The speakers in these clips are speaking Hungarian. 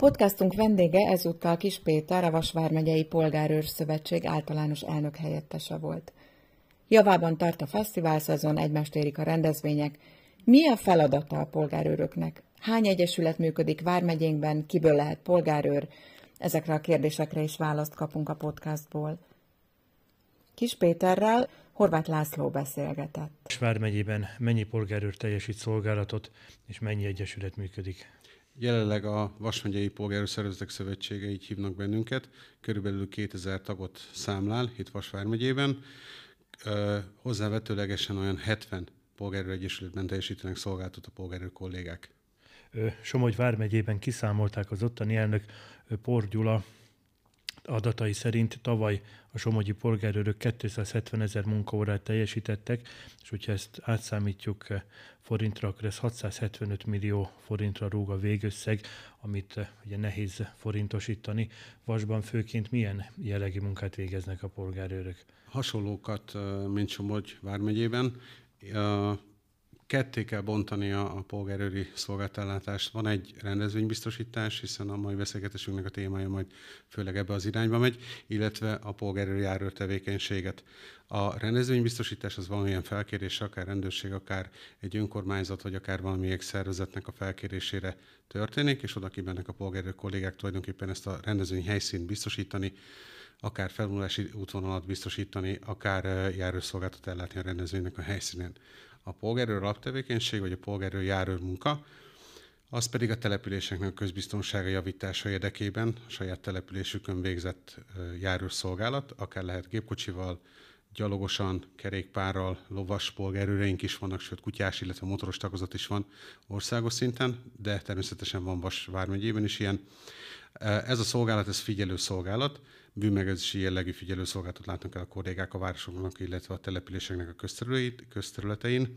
Podcastunk vendége ezúttal Kiss Péter, a Vas vármegyei Polgárőr Szövetség általános elnök helyettese volt. Javában tart a fesztiválszezon, egymást érik a rendezvények. Mi a feladata a polgárőröknek? Hány egyesület működik vármegyénkben, kiből lehet polgárőr? Ezekre a kérdésekre is választ kapunk a podcastból. Kiss Péterrel Horváth László beszélgetett. Vármegyében mennyi polgárőr teljesít szolgálatot, és mennyi egyesület működik? Jelenleg a Vas megyei Polgárőr Szervezetek Szövetsége, így hívnak bennünket, körülbelül 2000 tagot számlál itt Vas vármegyében. Hozzávetőlegesen olyan 70 polgárőr egyesületben teljesítenek szolgálatot a polgárőr kollégák. Somogy vármegyében kiszámolták az ottani elnök Por Gyula adatai szerint tavaly a somogyi polgárőrök 270 000 munkaórát teljesítettek, és hogyha ezt átszámítjuk forintra, akkor ez 675 millió forintra rúg a végösszeg, amit ugye nehéz forintosítani. Vasban főként milyen jellegű munkát végeznek a polgárőrök? Hasonlókat, mint Somogy vármegyében. Ketté kell bontani a polgárőri szolgáltatást. Van egy rendezvénybiztosítás, hiszen a mai beszélgetésünknek a témája majd főleg ebbe az irányba megy, illetve a polgárőri járőr tevékenységet. A rendezvénybiztosítás az valamilyen felkérés, akár rendőrség, akár egy önkormányzat, vagy akár valamilyen szervezetnek a felkérésére történik, és oda kimennek a polgárőr kollégák tulajdonképpen ezt a rendezvény helyszínt biztosítani, akár felvonulási útvonalat biztosítani, akár járőrszolgáltat ellátni a rendezvénynek a helyszínen. A polgárőr alaptevékenység, vagy a polgárőr járőr munka, az pedig a településeknek a közbiztonsága javítása érdekében a saját településükön végzett járőrszolgálat, akár lehet gépkocsival, gyalogosan, kerékpárral, lovas polgárőreink is vannak, sőt kutyás, illetve motoros tagozat is van országos szinten, de természetesen van Vas vármegyében is ilyen. Ez a szolgálat, ez figyelőszolgálat, bűnmegelőzési jellegű figyelőszolgálatot látnak el a kollégák a városoknak, illetve a településeknek a közterületein.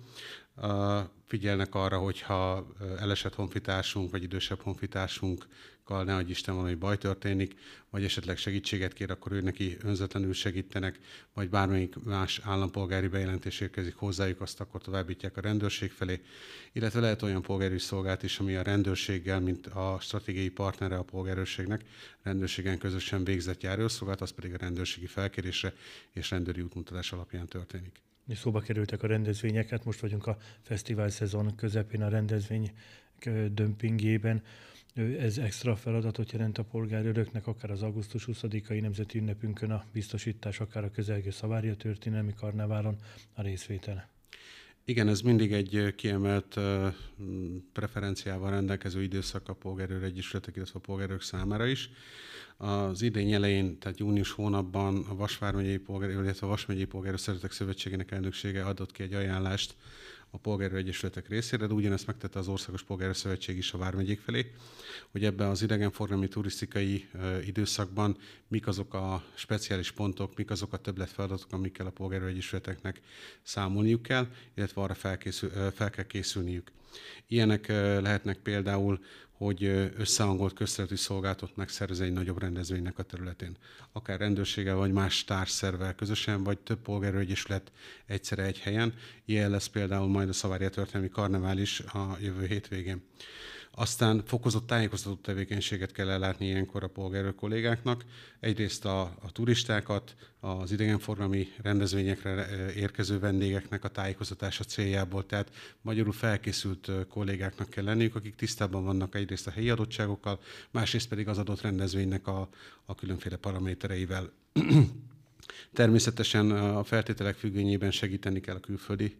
Figyelnek arra, hogyha elesett honfitársunk, vagy idősebb honfitársunkkal, ne adj Isten, valami baj történik, vagy esetleg segítséget kér, akkor ő neki önzetlenül segítenek, vagy bármelyik más állampolgári bejelentés érkezik hozzájuk, azt akkor továbbítják a rendőrség felé. Illetve lehet olyan polgári szolgálat is, ami a rendőrséggel, mint a stratégiai partnere a polgárőrségnek, rendőrségen közösen végzett járőrszolgálat, az pedig a rendőrségi felkérésre és rendőri útmutatás alapján történik. Szóba kerültek a rendezvényeket, most vagyunk a fesztivál szezon közepén a rendezvény dömpingében. Ez extra feladatot jelent a polgárőröknek, akár az augusztus 20-ai nemzeti ünnepünkön a biztosítás, akár a közelgő Szavária történelmi karneválon a részvétel. Igen, ez mindig egy kiemelt preferenciával rendelkező időszak a polgárőr egyesületek, illetve a polgárőrök számára is. Az idény elején, tehát június hónapban a Vas vármegyei polgárőr, illetve a Vas megyei Polgárőr Szervezetek Szövetségének elnöksége adott ki egy ajánlást a polgárőr egyesületek részére, de ugyanezt megtette az Országos Polgárőr Szövetség is a vármegyék felé, hogy ebben az idegenforgalmi turisztikai időszakban mik azok a speciális pontok, mik azok a többletfeladatok, amikkel a polgárőr egyesületeknek számolniuk kell, illetve arra fel kell készülniük. Ilyenek lehetnek például, hogy összehangolt közterületi szolgálatot megszervez egy nagyobb rendezvénynek a területén. Akár rendőrséggel, vagy más társszervvel közösen, vagy több polgárőregyesület egyszerre egy helyen. Ilyen lesz például majd a Szavária történelmi karnevál is a jövő hétvégén. Aztán fokozott tájékoztató tevékenységet kell ellátni ilyenkor a polgárőr kollégáknak. Egyrészt a turistákat, az idegenforgalmi rendezvényekre érkező vendégeknek a tájékoztatása céljából, tehát magyarul felkészült kollégáknak kell lenniük, akik tisztában vannak egyrészt a helyi adottságokkal, másrészt pedig az adott rendezvénynek a különféle paramétereivel. Természetesen a feltételek függvényében segíteni kell a külföldi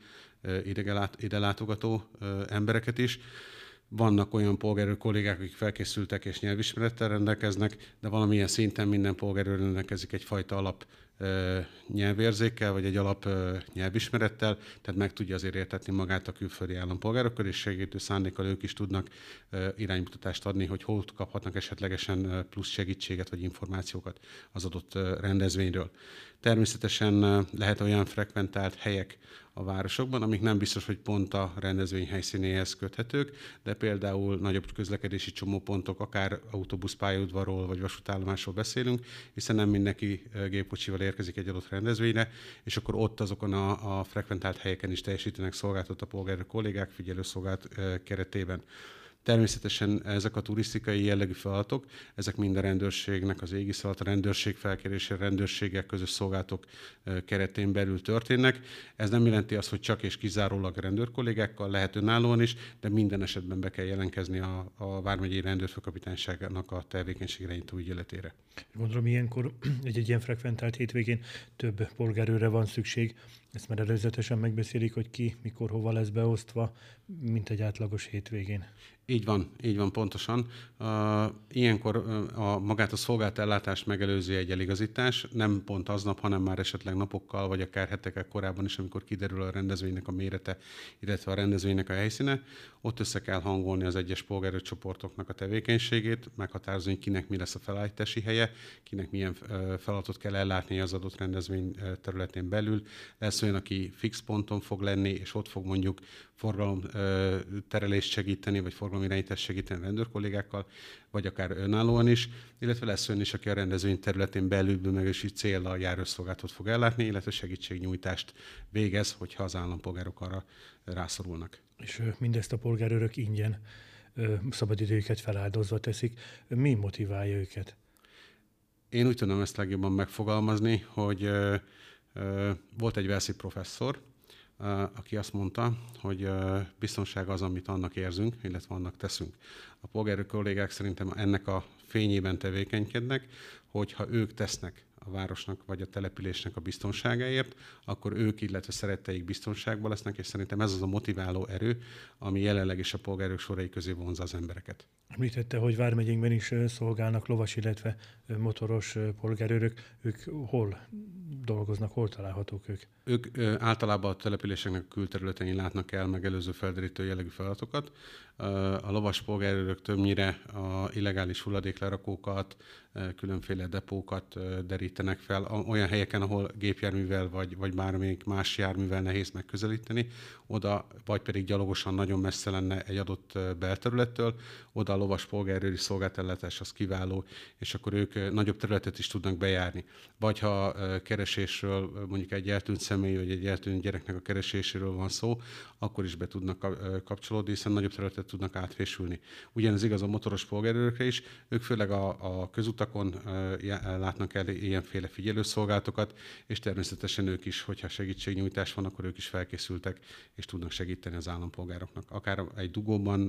ide látogató embereket is. Vannak olyan polgárőr kollégák, akik felkészültek és nyelvismerettel rendelkeznek, de valamilyen szinten minden polgárőr rendelkezik egyfajta alap nyelvérzékkel, vagy egy alap nyelvismerettel, tehát meg tudja azért értetni magát a külföldi állampolgárokkal, és segítő szándékkal ők is tudnak iránymutatást adni, hogy hol kaphatnak esetlegesen plusz segítséget vagy információkat az adott rendezvényről. Természetesen lehet olyan frekventált helyek a városokban, amik nem biztos, hogy pont a rendezvény helyszínéhez köthetők, de például nagyobb közlekedési csomópontok, akár autóbuszpályaudvarról vagy vasútállomásról beszélünk, hiszen nem mindenki gépkocsival érkezik egy adott rendezvényre, és akkor ott azokon a frekventált helyeken is teljesítenek szolgáltatot a polgárőr kollégák figyelőszolgálat keretében. Természetesen ezek a turisztikai jellegű feladatok, ezek mind a rendőrségnek az égisz alatt, a rendőrség felkérésére, rendőrségek közös szolgálatok keretén belül történnek. Ez nem jelenti azt, hogy csak és kizárólag rendőrkollégákkal, lehet önállóan is, de minden esetben be kell jelentkezni a vármegyei rendőrfőkapitányságnak a tevékenységirányító ügyeletére. Gondolom, ilyenkor egy ilyen frekventált hétvégén több polgárőrre van szükség. Ezt már előzetesen megbeszélik, hogy ki, mikor, hova lesz beosztva, mint egy átlagos hétvégén. Így van pontosan. Ilyenkor magát a szolgálatellátást megelőző egy eligazítás, nem pont aznap, hanem már esetleg napokkal, vagy akár hetekkel korábban is, amikor kiderül a rendezvénynek a mérete, illetve a rendezvénynek a helyszíne. Ott össze kell hangolni az egyes polgárőrcsoportoknak a tevékenységét, meghatározni, hogy kinek mi lesz a felállítási helye, kinek milyen feladatot kell ellátni az adott rendezvény területén belül. Lesz olyan, aki fix ponton fog lenni, és ott fog mondjuk forgalomterelést segíteni, vagy forgalomirányítást segíteni a rendőrkollégákkal, vagy akár önállóan is, illetve lesz olyan is, aki a rendezvény területén belül meg is céllal járőrszolgálatot fog ellátni, illetve segítségnyújtást végez, hogyha az állampolgárok arra rászorulnak. És mindezt a polgárőrök ingyen szabadidőjüket feláldozva teszik. Mi motiválja őket? Én úgy tudom ezt legjobban megfogalmazni, hogy volt egy walesi professzor, aki azt mondta, hogy biztonság az, amit annak érzünk, illetve annak teszünk. A polgárőr kollégák szerintem ennek a fényében tevékenykednek, hogyha ők tesznek a városnak vagy a településnek a biztonságáért, akkor ők, illetve szeretteik biztonságban lesznek, és szerintem ez az a motiváló erő, ami jelenleg is a polgárőr sorai közé vonzza az embereket. Említette, hogy vármegyénkben is szolgálnak lovas, illetve motoros polgárőrök. Ők hol dolgoznak, hol találhatók ők? Ők általában a településeknek a külterületein látnak el megelőző felderítő jellegű feladatokat. A lovas polgárőrök többnyire a illegális hulladéklerakókat, különféle depókat derítenek fel, olyan helyeken, ahol gépjárművel vagy bármelyik más járművel nehéz megközelíteni, oda vagy pedig gyalogosan nagyon messze lenne egy adott belterülettől, oda a lovas polgárőri szolgáltatás az kiváló, és akkor ők nagyobb területet is tudnak bejárni. Vagy ha keresésről, mondjuk egy eltűnt személy vagy egy eltűnt gyereknek a kereséséről van szó, akkor is be tudnak kapcsolódni, hiszen nagyobb területet tudnak átfésülni. Ugyanez igaz a motoros polgárőrökre is, ők főleg a közutakon látnak el ilyenféle figyelőszolgálatokat, és természetesen ők is, hogyha segítségnyújtás van, akkor ők is felkészültek, és tudnak segíteni az állampolgároknak. Akár egy dugóban,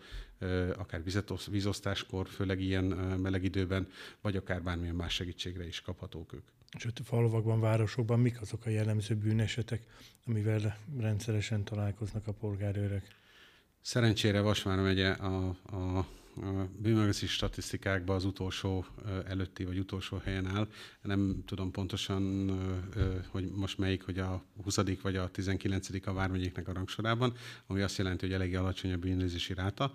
akár vízosztáskor, főleg ilyen meleg időben, vagy akár bármilyen más segítségre is kaphatók ők. És ott a falvakban, városokban mik azok a jellemző bűnesetek, amivel rendszeresen találkoznak a polgárőrök? Szerencsére Vas vármegye a bűnöldözési statisztikákban az utolsó előtti vagy utolsó helyen áll. Nem tudom pontosan, hogy most melyik, hogy a 20. vagy a 19. a vármegyéknek a rangsorában, ami azt jelenti, hogy eléggé alacsony a bűnözési ráta.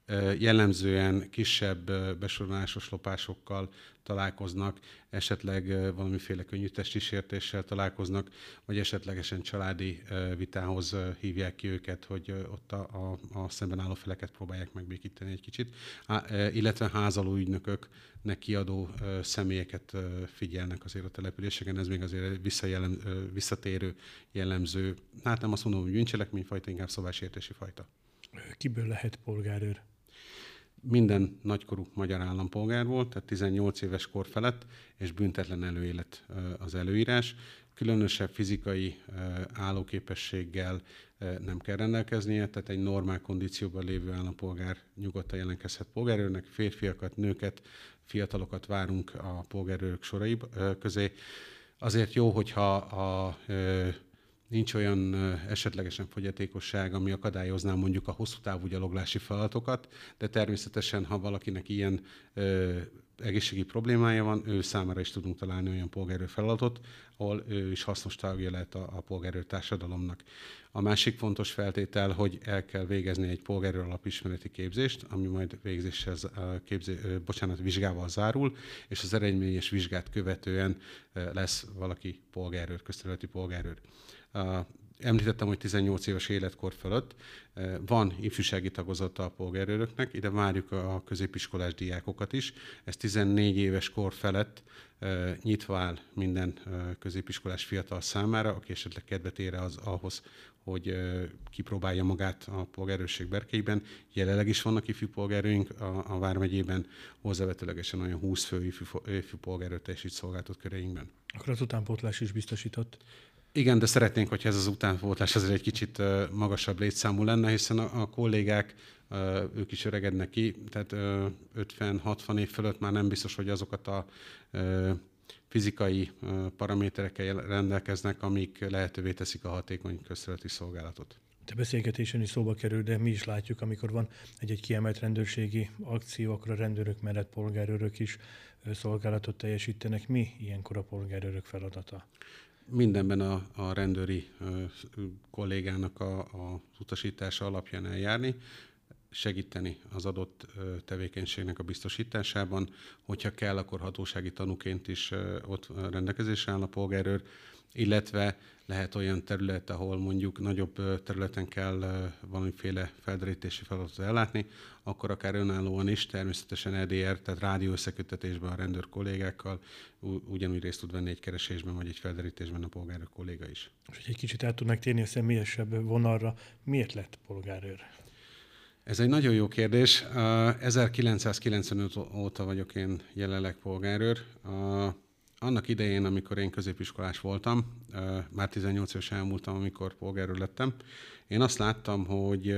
Jellemzően kisebb besorolásos lopásokkal találkoznak, esetleg valamiféle könnyű testsísértéssel találkoznak, vagy esetlegesen családi vitához hívják ki őket, hogy ott a szemben álló feleket próbálják megbékíteni egy kicsit, illetve házaló ügynököknek kiadó személyeket figyelnek azért a településeken, ez még azért visszatérő jellemző, hát nem azt mondom, hogy bűncselekményfajta, inkább szabálysértési fajta. Kiből lehet polgárőr? Minden nagykorú magyar állampolgár volt, tehát 18 éves kor felett, és büntetlen előélet az előírás. Különösebb fizikai állóképességgel nem kell rendelkeznie, tehát egy normál kondícióban lévő állampolgár nyugodtan jelentkezhet polgárőrnek, férfiakat, nőket, fiatalokat várunk a polgárőrök sorai közé. Azért jó, hogyha nincs olyan esetlegesen fogyatékosság, ami akadályozná mondjuk a hosszú távú gyaloglási feladatokat, de természetesen, ha valakinek ilyen egészségi problémája van, ő számára is tudunk találni olyan polgárőr feladatot, ahol ő is hasznos tagja lehet a polgárőr társadalomnak. A másik fontos feltétel, hogy el kell végezni egy polgárőr alapismereti képzést, ami majd vizsgával zárul, és az eredményes vizsgát követően lesz valaki polgárőr, közterületi polgárőr. Említettem, hogy 18 éves életkor fölött van ifjúsági tagozata a polgárőröknek, ide várjuk a középiskolás diákokat is. Ez 14 éves kor felett nyitva áll minden középiskolás fiatal számára, aki esetleg kedvet ér ahhoz, hogy kipróbálja magát a polgárőrség berkeiben. Jelenleg is vannak ifjú polgárőrünk a Vármegyében, hozzávetőlegesen olyan 20 fő ifjú polgárőr teljesít szolgáltat köreinkben. Akkor az utánpótlás is biztosított? Igen, de szeretnénk, hogyha ez az utánpótlás azért egy kicsit magasabb létszámú lenne, hiszen a kollégák, ők is öregednek ki, tehát 50-60 év fölött már nem biztos, hogy azokat a fizikai paraméterekkel rendelkeznek, amik lehetővé teszik a hatékony közterületi szolgálatot. A beszélgetésen is szóba kerül, de mi is látjuk, amikor van egy kiemelt rendőrségi akció, akkor a rendőrök mellett polgárőrök is szolgálatot teljesítenek. Mi ilyenkor a polgárőrök feladata? Mindenben a rendőri kollégának az utasítása alapján eljárni, segíteni az adott tevékenységnek a biztosításában, hogyha kell, akkor hatósági tanúként is ott rendelkezésre áll a polgárőr, illetve lehet olyan terület, ahol mondjuk nagyobb területen kell valamiféle felderítési feladatot ellátni, akkor akár önállóan is, természetesen EDR, tehát rádió összeköttetésben a rendőr kollégákkal ugyanúgy részt tud venni egy keresésben, vagy egy felderítésben a polgárőr kolléga is. És hogy egy kicsit át tudnak térni a személyesebb vonalra, miért lett polgárőr? Ez egy nagyon jó kérdés. 1995 óta vagyok én jelenleg polgárőr. Annak idején, amikor én középiskolás voltam, már 18 éves elmúltam, amikor polgárőr lettem, én azt láttam, hogy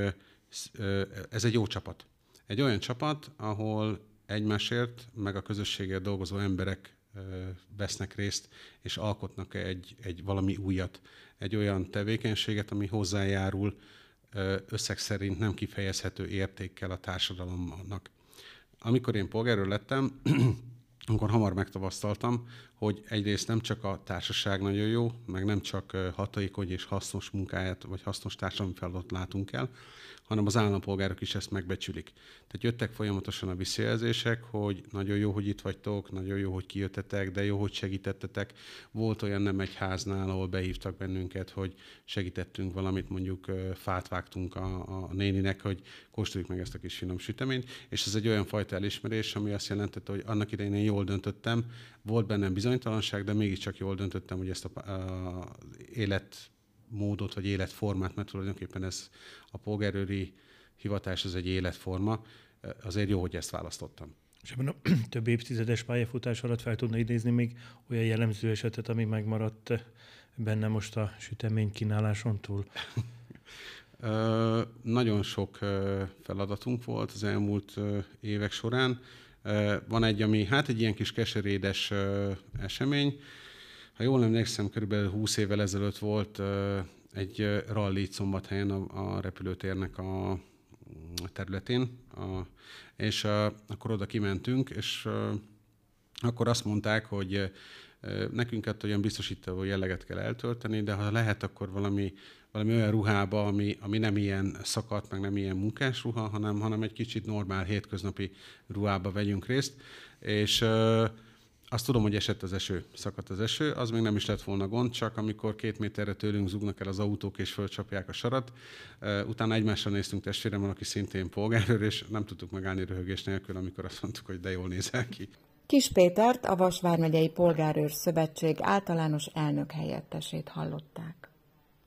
ez egy jó csapat. Egy olyan csapat, ahol egymásért, meg a közösségért dolgozó emberek vesznek részt, és alkotnak egy valami újat. Egy olyan tevékenységet, ami hozzájárul összeg szerint nem kifejezhető értékkel a társadalomnak. Amikor én polgárőr lettem, akkor hamar megtapasztaltam, hogy egyrészt nem csak a társaság nagyon jó, meg nem csak hatékony és hasznos munkáját, vagy hasznos társadalmi feladatot látunk el, hanem az állampolgárok is ezt megbecsülik. Tehát jöttek folyamatosan a visszajelzések, hogy nagyon jó, hogy itt vagytok, nagyon jó, hogy kijöttetek, de jó, hogy segítettetek. Volt olyan nem egy háznál, ahol behívtak bennünket, hogy segítettünk valamit, mondjuk fát vágtunk a néninek, hogy kóstoljuk meg ezt a kis finom süteményt, és ez egy olyan fajta elismerés, ami azt jelentette, hogy annak idején én jól döntöttem, volt bennem bizonytalanság, de mégiscsak jól döntöttem, hogy ezt az életmódot vagy életformát, mert tulajdonképpen ez a polgárőri hivatás, ez egy életforma, azért jó, hogy ezt választottam. És ebben a több évtizedes pályafutás alatt fel tudna idézni még olyan jellemző esetet, ami megmaradt benne most a sütemény kínáláson túl? Nagyon sok feladatunk volt az elmúlt évek során. Van egy, ami egy ilyen kis keserédes esemény. Ha jól emlékszem, körülbelül 20 évvel ezelőtt volt egy rally Szombathelyen a repülőtérnek a területén, és akkor oda kimentünk, és akkor azt mondták, hogy nekünk hát olyan biztosító jelleget kell eltölteni, de ha lehet, akkor valami olyan ruhába, ami nem ilyen szakadt, meg nem ilyen munkás ruha, hanem egy kicsit normál, hétköznapi ruhába vegyünk részt. És azt tudom, hogy esett az eső, szakadt az eső, az még nem is lett volna gond, csak amikor 2 méterre tőlünk zúgnak el az autók és fölcsapják a sarat. Utána egymásra néztünk testvéremmel, aki szintén polgárőr, és nem tudtuk megállni röhögés nélkül, amikor azt mondtuk, hogy de jól nézel ki. Kiss Pétert, a Vas vármegyei Polgárőr Szövetség általános elnök helyettesét hallották.